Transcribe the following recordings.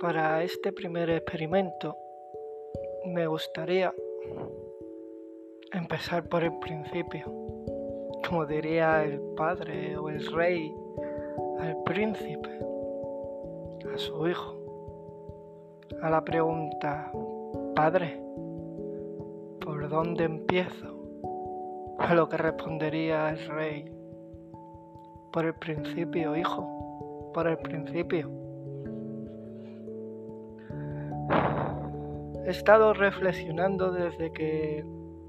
Para este primer experimento me gustaría empezar por el principio, como diría el padre o el rey al príncipe, a su hijo, a la pregunta: padre, ¿por dónde empiezo? A lo que respondería el rey: por el principio, hijo, por el principio. He estado reflexionando desde que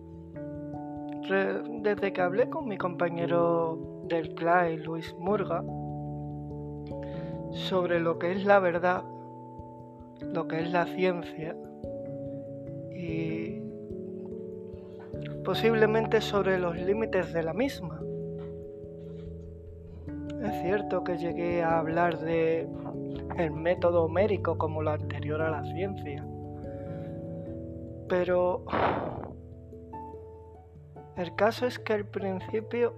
hablé con mi compañero del CLAE, Luis Murga, sobre lo que es la verdad, lo que es la ciencia y posiblemente sobre los límites de la misma. Es cierto que llegué a hablar de el método homérico como lo anterior a la ciencia, pero el caso es que el principio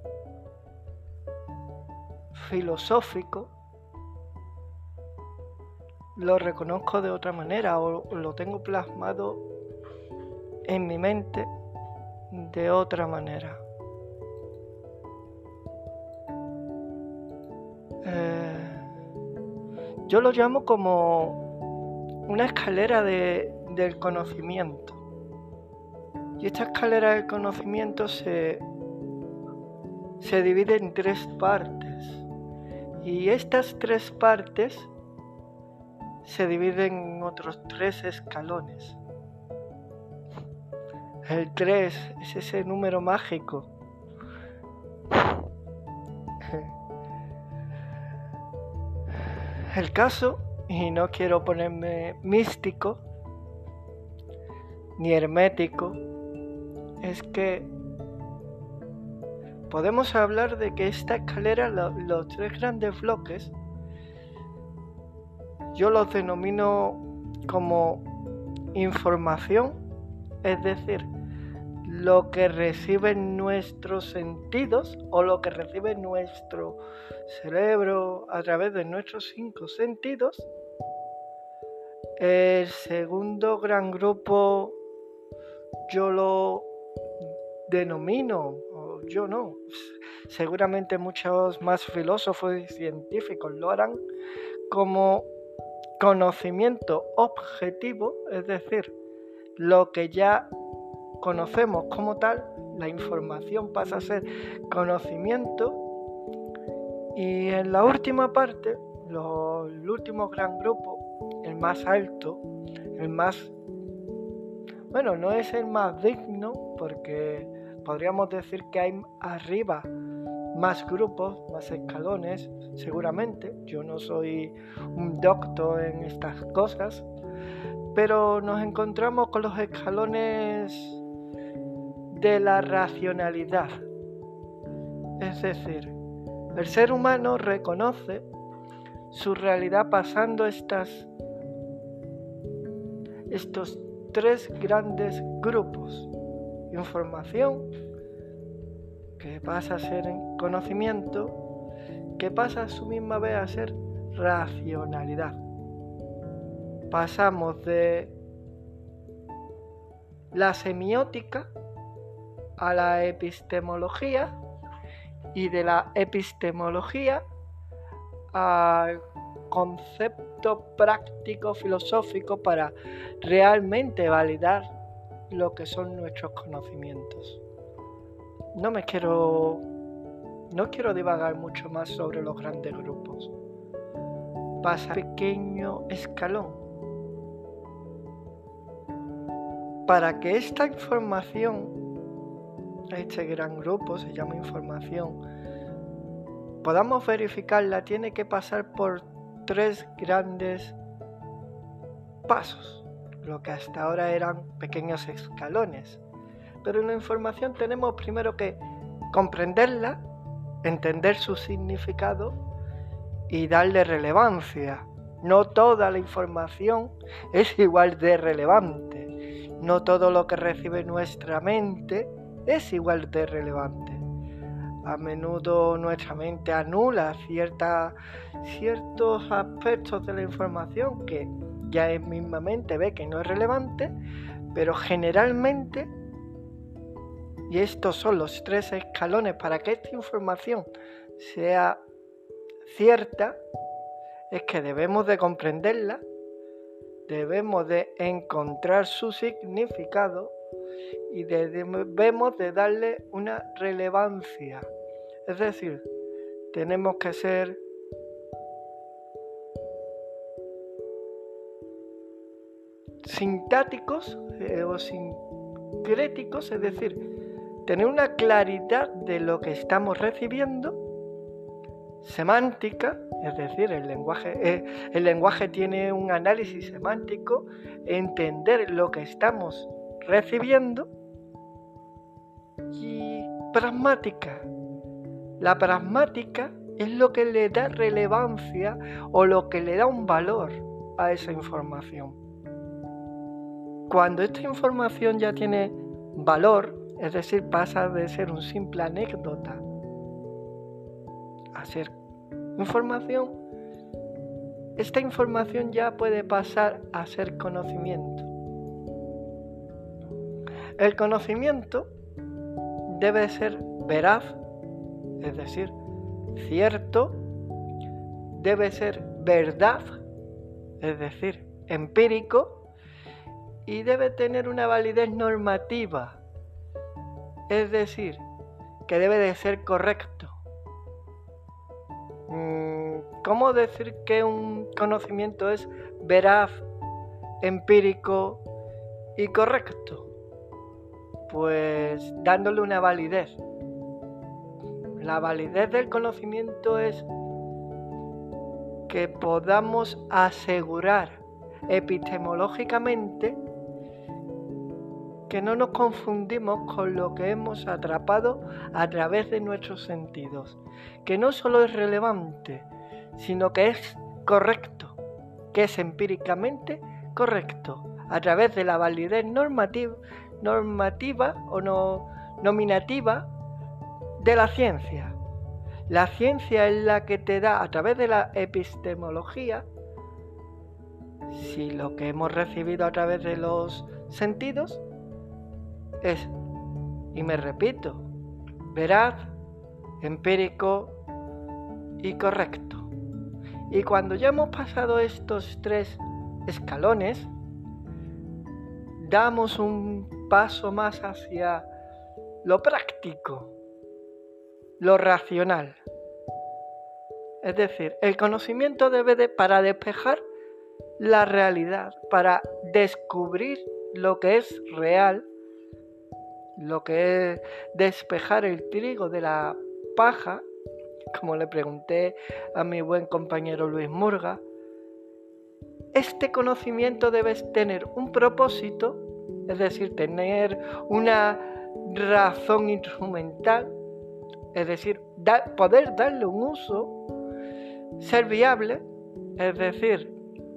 filosófico lo reconozco de otra manera o lo tengo plasmado en mi mente de otra manera. Yo lo llamo como una escalera del conocimiento. Y esta escalera del conocimiento se divide en 3 partes. Y estas 3 partes se dividen en otros 3 escalones. El 3 es ese número mágico. El caso, y no quiero ponerme místico ni hermético, es que podemos hablar de que esta escalera, los 3 grandes bloques, yo los denomino como información, es decir, lo que reciben nuestros sentidos o lo que recibe nuestro cerebro a través de nuestros 5 sentidos. El segundo gran grupo yo lo denomino, o yo no, seguramente muchos más filósofos y científicos lo harán, como conocimiento objetivo, es decir, lo que ya conocemos como tal, la información pasa a ser conocimiento. Y en la última parte, el último gran grupo, el más alto, el más, bueno, no es el más digno, porque podríamos decir que hay arriba más grupos, más escalones, seguramente. Yo no soy un doctor en estas cosas, pero nos encontramos con los escalones de la racionalidad. Es decir, el ser humano reconoce su realidad pasando estos 3 grandes grupos: información, que pasa a ser conocimiento, que pasa a su misma vez a ser racionalidad. Pasamos de la semiótica a la epistemología y de la epistemología al concepto práctico filosófico para realmente validar lo que son nuestros conocimientos. No quiero divagar mucho más sobre los grandes grupos. Pasa pequeño escalón. Para que esta información, este gran grupo se llama información, podamos verificarla, tiene que pasar por 3 grandes pasos, lo que hasta ahora eran pequeños escalones. Pero en la información tenemos primero que comprenderla, entender su significado y darle relevancia. No toda la información es igual de relevante. No todo lo que recibe nuestra mente es igual de relevante. A menudo nuestra mente anula ciertos aspectos de la información que ya mismamente ve que no es relevante, pero generalmente, y estos son los 3 escalones para que esta información sea cierta, es que debemos de comprenderla, debemos de encontrar su significado y debemos de darle una relevancia. Es decir, tenemos que ser sintáticos o sincréticos, es decir, tener una claridad de lo que estamos recibiendo, semántica, es decir, el lenguaje tiene un análisis semántico, entender lo que estamos recibiendo, y pragmática. La pragmática es lo que le da relevancia o lo que le da un valor a esa información. Cuando esta información ya tiene valor, es decir, pasa de ser un simple anécdota a ser información, esta información ya puede pasar a ser conocimiento. El conocimiento debe ser veraz, es decir, cierto, debe ser verdad, es decir, empírico, y debe tener una validez normativa, es decir, que debe de ser correcto. ¿Cómo decir que un conocimiento es veraz, empírico y correcto? Pues dándole una validez. La validez del conocimiento es que podamos asegurar epistemológicamente que no nos confundimos con lo que hemos atrapado a través de nuestros sentidos, que no solo es relevante, sino que es correcto, que es empíricamente correcto, a través de la validez normativa o nominativa de la ciencia. La ciencia es la que te da, a través de la epistemología, si lo que hemos recibido a través de los sentidos es, y me repito, veraz, empírico y correcto. Y cuando ya hemos pasado estos 3 escalones, damos un paso más hacia lo práctico, lo racional. Es decir, el conocimiento para despejar la realidad, para descubrir lo que es real, lo que es despejar el trigo de la paja, como le pregunté a mi buen compañero Luis Murga, este conocimiento debe tener un propósito, es decir, tener una razón instrumental, es decir, poder darle un uso, ser viable, es decir,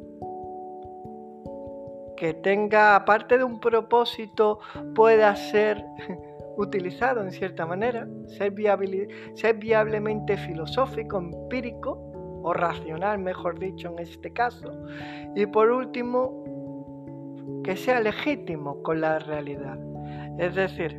que tenga, aparte de un propósito, pueda ser utilizado en cierta manera, ser viablemente filosófico, empírico o racional, mejor dicho, en este caso. Y por último, que sea legítimo con la realidad. Es decir,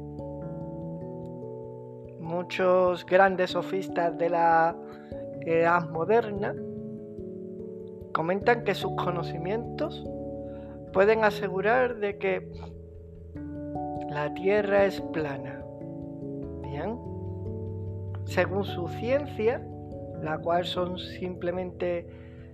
muchos grandes sofistas de la edad moderna comentan que sus conocimientos pueden asegurar de que la Tierra es plana. Bien, según su ciencia, la cual son simplemente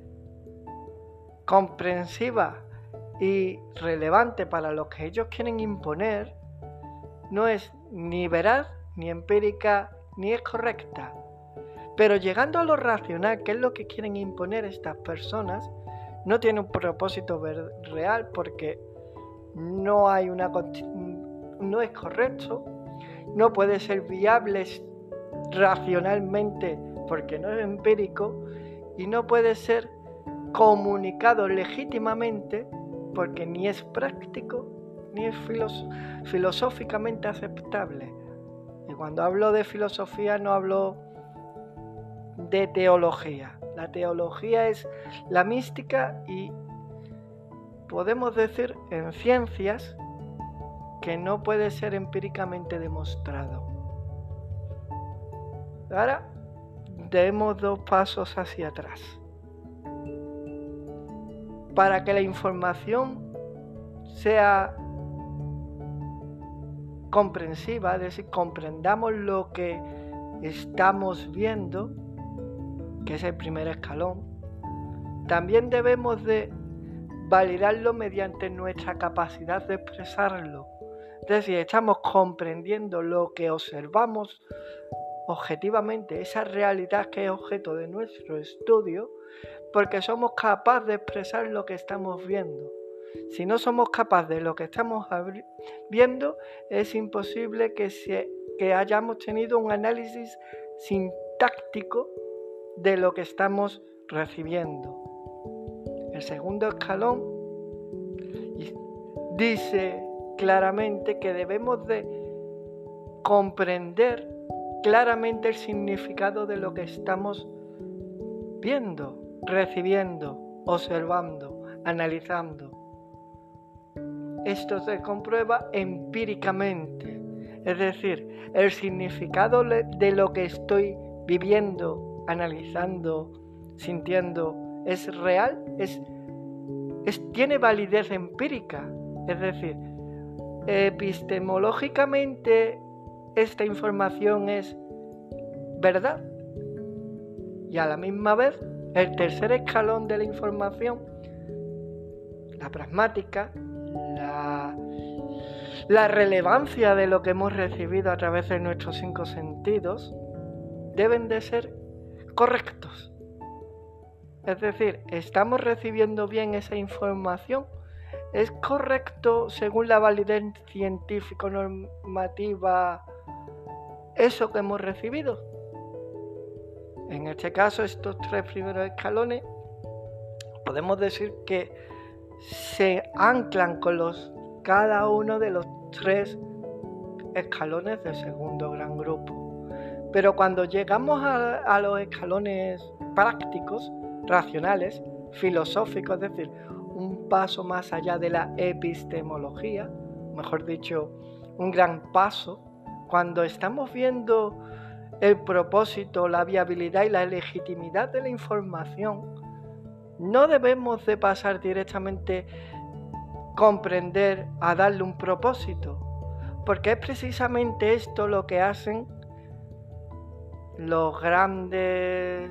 comprensiva y relevante para lo que ellos quieren imponer, no es ni veraz, ni empírica, ni es correcta. Pero llegando a lo racional, que es lo que quieren imponer estas personas, no tiene un propósito real porque no es correcto, no puede ser viable racionalmente porque no es empírico y no puede ser comunicado legítimamente porque ni es práctico ni es filosóficamente aceptable. Y cuando hablo de filosofía no hablo de teología. La teología es la mística y podemos decir en ciencias que no puede ser empíricamente demostrado. Ahora demos 2 pasos hacia atrás. Para que la información sea comprensiva, es decir, comprendamos lo que estamos viendo, que es el primer escalón, también debemos de validarlo mediante nuestra capacidad de expresarlo. Es decir, estamos comprendiendo lo que observamos objetivamente, esa realidad que es objeto de nuestro estudio, porque somos capaces de expresar lo que estamos viendo. Si no somos capaces de lo que estamos viendo, es imposible que hayamos tenido un análisis sintáctico de lo que estamos recibiendo. El segundo escalón dice claramente que debemos de comprender claramente el significado de lo que estamos viendo, recibiendo, observando, analizando. Esto se comprueba empíricamente, es decir, el significado de lo que estoy viviendo, analizando, sintiendo, es real, tiene validez empírica, es decir, epistemológicamente esta información es verdad. Y a la misma vez, el tercer escalón de la información, la pragmática, la relevancia de lo que hemos recibido a través de nuestros 5 sentidos, deben de ser correctos. Es decir, ¿estamos recibiendo bien esa información? ¿Es correcto según la validez científico-normativa eso que hemos recibido? En este caso, estos 3 primeros escalones podemos decir que se anclan con cada uno de los 3 escalones del segundo gran grupo. Pero cuando llegamos a los escalones prácticos, racionales, filosóficos, es decir, un paso más allá de la epistemología, mejor dicho, un gran paso, cuando estamos viendo el propósito, la viabilidad y la legitimidad de la información, no debemos de pasar directamente a comprender, a darle un propósito, porque es precisamente esto lo que hacen los grandes...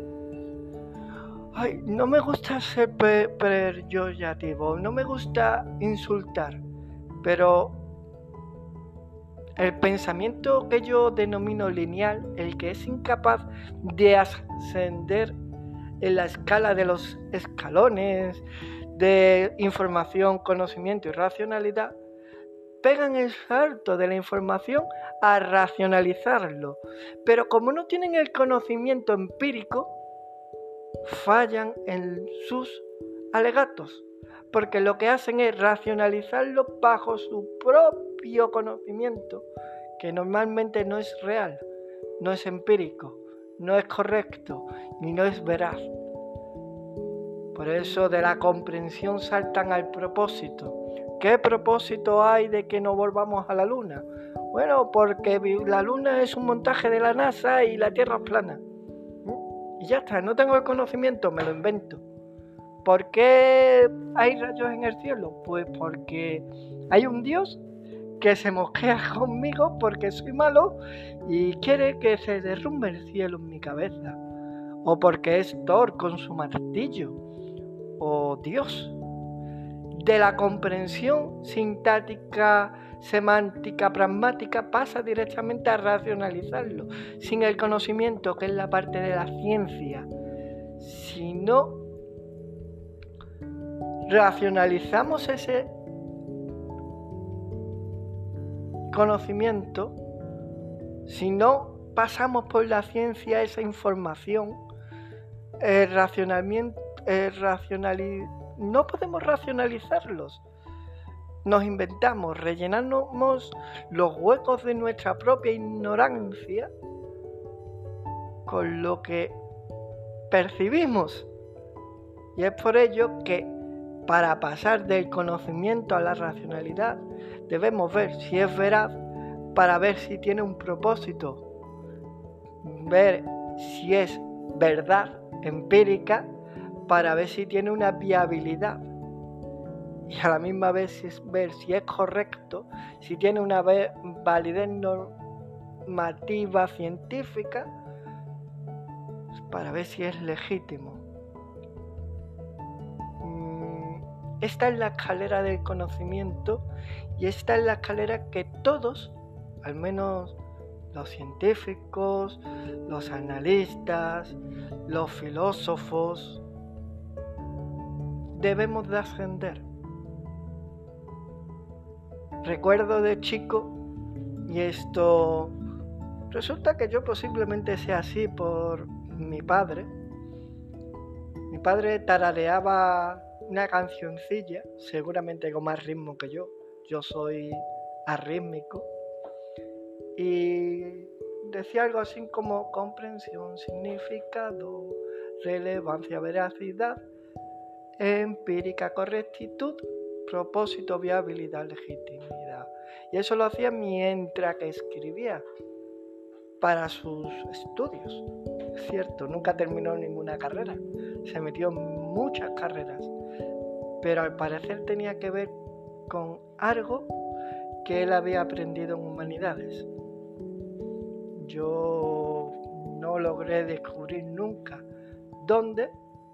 no me gusta ser peyorativo, no me gusta insultar, pero el pensamiento que yo denomino lineal, el que es incapaz de ascender en la escala de los escalones de información, conocimiento y racionalidad, pegan el salto de la información a racionalizarlo, pero como no tienen el conocimiento empírico, fallan en sus alegatos, porque lo que hacen es racionalizarlo bajo su propio conocimiento, que normalmente no es real, no es empírico, no es correcto ni no es veraz. Por eso de la comprensión saltan al propósito. ¿Qué propósito hay de que no volvamos a la Luna? Bueno, porque la Luna es un montaje de la NASA y la Tierra es plana. Y ya está, no tengo el conocimiento, me lo invento. ¿Por qué hay rayos en el cielo? Pues porque hay un Dios que se mosquea conmigo porque soy malo y quiere que se derrumbe el cielo en mi cabeza. O porque es Thor con su martillo. O Dios. De la comprensión sintática, semántica, pragmática pasa directamente a racionalizarlo. Sin el conocimiento, que es la parte de la ciencia. Si no racionalizamos ese conocimiento, si no pasamos por la ciencia esa información, no podemos racionalizarlos. nos inventamos, rellenamos los huecos de nuestra propia ignorancia con lo que percibimos. Y es por ello que para pasar del conocimiento a la racionalidad debemos ver si es veraz para ver si tiene un propósito, ver si es verdad empírica para ver si tiene una viabilidad y a la misma vez ver si es correcto, si tiene una validez normativa científica para ver si es legítimo. Esta es la escalera del conocimiento y esta es la escalera que todos, al menos los científicos, los analistas, los filósofos, debemos de ascender. Recuerdo de chico, y esto resulta que yo posiblemente sea así por mi padre. Mi padre tarareaba una cancioncilla, seguramente con más ritmo que yo soy arrítmico, y decía algo así como comprensión, significado, relevancia, veracidad, empírica, correctitud, propósito, viabilidad, legitimidad. Y eso lo hacía mientras que escribía para sus estudios. Es cierto, nunca terminó ninguna carrera, se metió en muchas carreras, pero al parecer tenía que ver con algo que él había aprendido en humanidades. Yo no logré descubrir nunca dónde,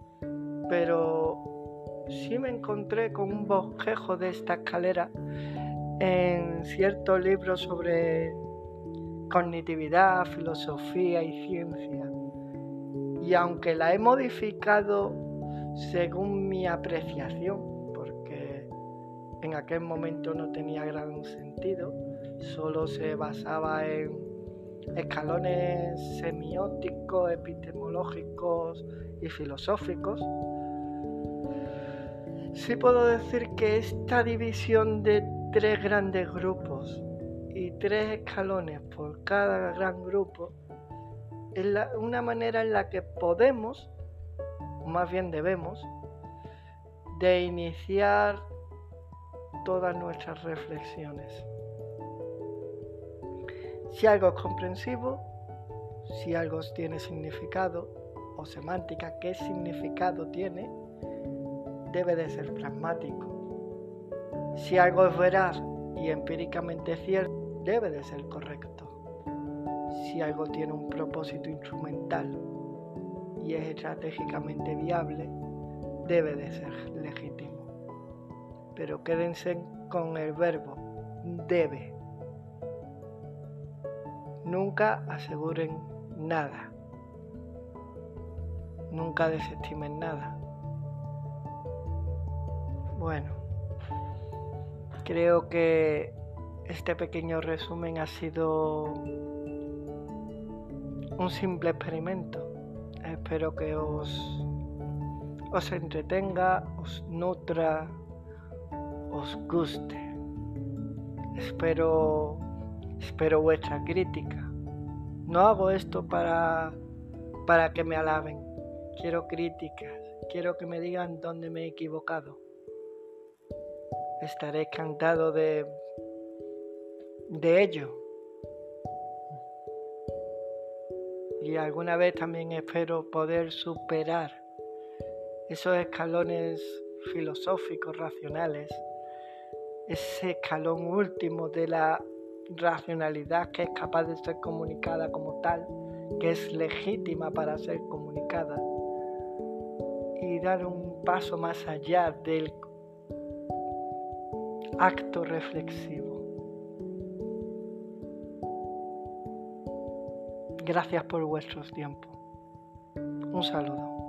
pero sí me encontré con un bosquejo de esta escalera en ciertos libros sobre cognitividad, filosofía y ciencia. Y aunque la he modificado según mi apreciación, porque en aquel momento no tenía gran sentido, solo se basaba en escalones semióticos, epistemológicos y filosóficos, sí puedo decir que esta división de 3 grandes grupos y 3 escalones por cada gran grupo es una manera en la que podemos, o más bien debemos, de iniciar todas nuestras reflexiones. Si algo es comprensivo, si algo tiene significado o semántica, ¿qué significado tiene? Debe de ser pragmático. Si algo es veraz y empíricamente cierto, debe de ser correcto. Si algo tiene un propósito instrumental y es estratégicamente viable, debe de ser legítimo. Pero quédense con el verbo debe. Nunca aseguren nada. Nunca desestimen nada. Bueno, creo que este pequeño resumen ha sido un simple experimento. Espero que os entretenga, os nutra, os guste. Espero vuestra crítica. No hago esto para que me alaben. Quiero críticas. Quiero que me digan dónde me he equivocado. Estaré encantado de ello. Y alguna vez también espero poder superar esos escalones filosóficos, racionales, ese escalón último de la racionalidad que es capaz de ser comunicada como tal, que es legítima para ser comunicada, y dar un paso más allá del acto reflexivo. Gracias por vuestro tiempo. Un saludo.